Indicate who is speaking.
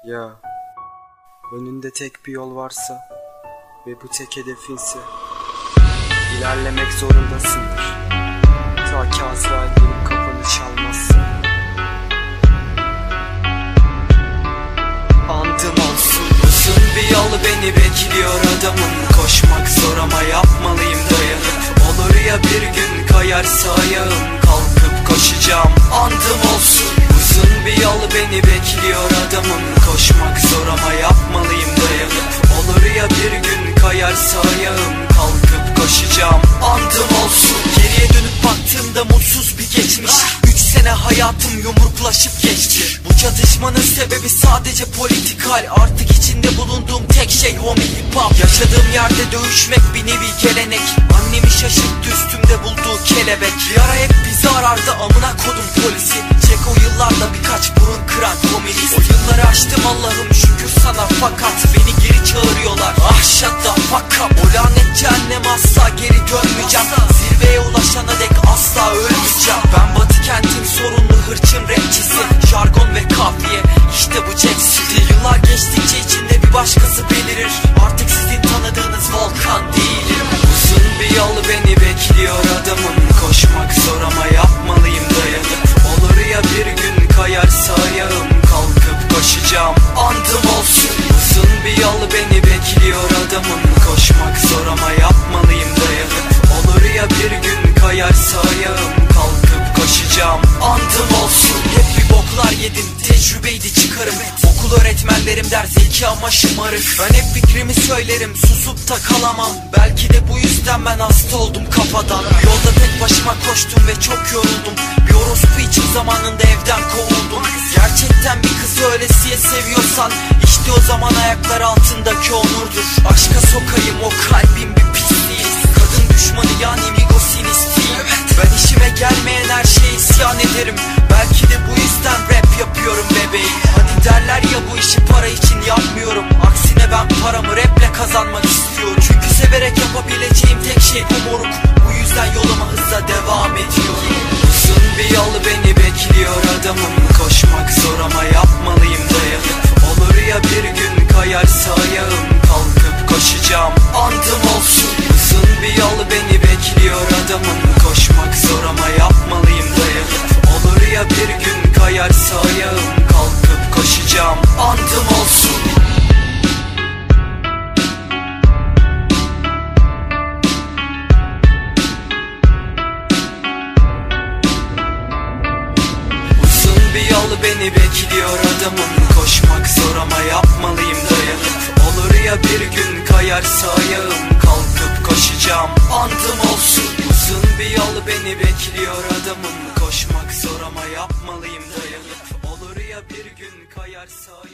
Speaker 1: Ya önünde tek bir yol varsa ve bu tek hedefinse ilerlemek zorundasındır. Ta ki Azrail gelip kapını çalmazsa. Andım olsun, uzun bir yol beni bekliyor adamım. Koşmak zor ama yapmalıyım dayanıp. Olur ya bir gün kayarsa ayağım, kalkıp koşacağım. Andım olsun, uzun bir yol beni bekliyor adamım. Koşmak zor ama yapmalıyım dayanıp. Olur ya bir gün kayarsa ayağım, kalkıp koşacağım. Andım olsun. Geriye dönüp baktığımda mutsuz bir geçmiş. 3 sene hayatım yumruklaşıp geçti. Bu çatışmanın sebebi sadece politikal. Artık içinde bulunduğum tek şey homie hip hop. Yaşadığım yerde dövüşmek bir nevi gelenek. Annemi şaşırttı üstümde bulduğu kelebek. Bir ara hep bizi arardı amına kodum polisi. Çek o yıllarda birkaç burun kıran komünist. O yılları açtım Allah'ım şükür sana, fakat beni geri çağırıyorlar. Ah shut the fuck up. O lanet cehennem asla geri dönmeyeceğim. Zirveye ulaşana dek asla ölmeyeceğim. Ben Batı kentin sorunlu hırçın rapçisi. Jargon ve kafiye, işte bu Jack City. Yıllar geçtikçe içinde bir başkası belirir. Artık sizin tanıdığınız Volkan değilim. Uzun bir yol beni bekliyor adamım. Koşmak zor ama yapmalıyım dayanıp. Olur ya bir gün kayarsa ayağım, kalkıp koşacağım. Andım olsun, uzun bir yol beni bekliyor adamım. Koşmak zor ama yapmalıyım dayanıp. Olur ya bir gün kayarsa ayağım, kalkıp koşacağım. Andım olsun. Hep bir boklar yedim, tecrübeydi çıkarım. Okul öğretmenlerim der zeki ama şımarık. Ben hep fikrimi söylerim, susup da kalamam. Belki de bu yüzden ben hasta oldum kafadan. Yolda tek başıma koştum ve çok yoruldum. Bir orospu için zamanında evden kovuldum. Gerçekten bir kızı öylesiye seviyorsan, işte o zaman ayaklar altındaki onurdur. Aşka sokayım o kalbim bir pisliği. Kadın düşmanı yani migosinistiyim. Ben işime gelmeyen her şeye isyan ederim. Belki de bu yüzden rap yapıyorum bebeğim. Hani derler ya bu işi para için yapmıyorum. Aksine ben paramı raple kazanmak istiyorum. Çünkü severek yapabileceğim tek şey bu moruk. Bu yüzden yoluma hızla devam ediyorum. Uzun bir yol beni bekliyor adamım. Koşmak zor ama yapmalıyım dayanıp. Olur ya bir gün kayarsa ayağım, kalkıp koşacağım. Andım olsun, uzun bir yol beni bekliyor adamım. Koşmak zor ama yapmalıyım dayanıp. Olur ya bir gün kayarsa ayağım, kalkıp koşacağım. Andım olsun. Uzun bir yol beni bekliyor adamım. Koşmak zor ama yapmalıyım dayanıp. Olur ya bir gün kayarsa ayağım, kalkıp koşacağım. Andım olsun. Uzun bir yol beni bekliyor adamım. Koşmak zor ama yapmalıyım dayanıp. Olur ya bir gün kayarsa ayağım.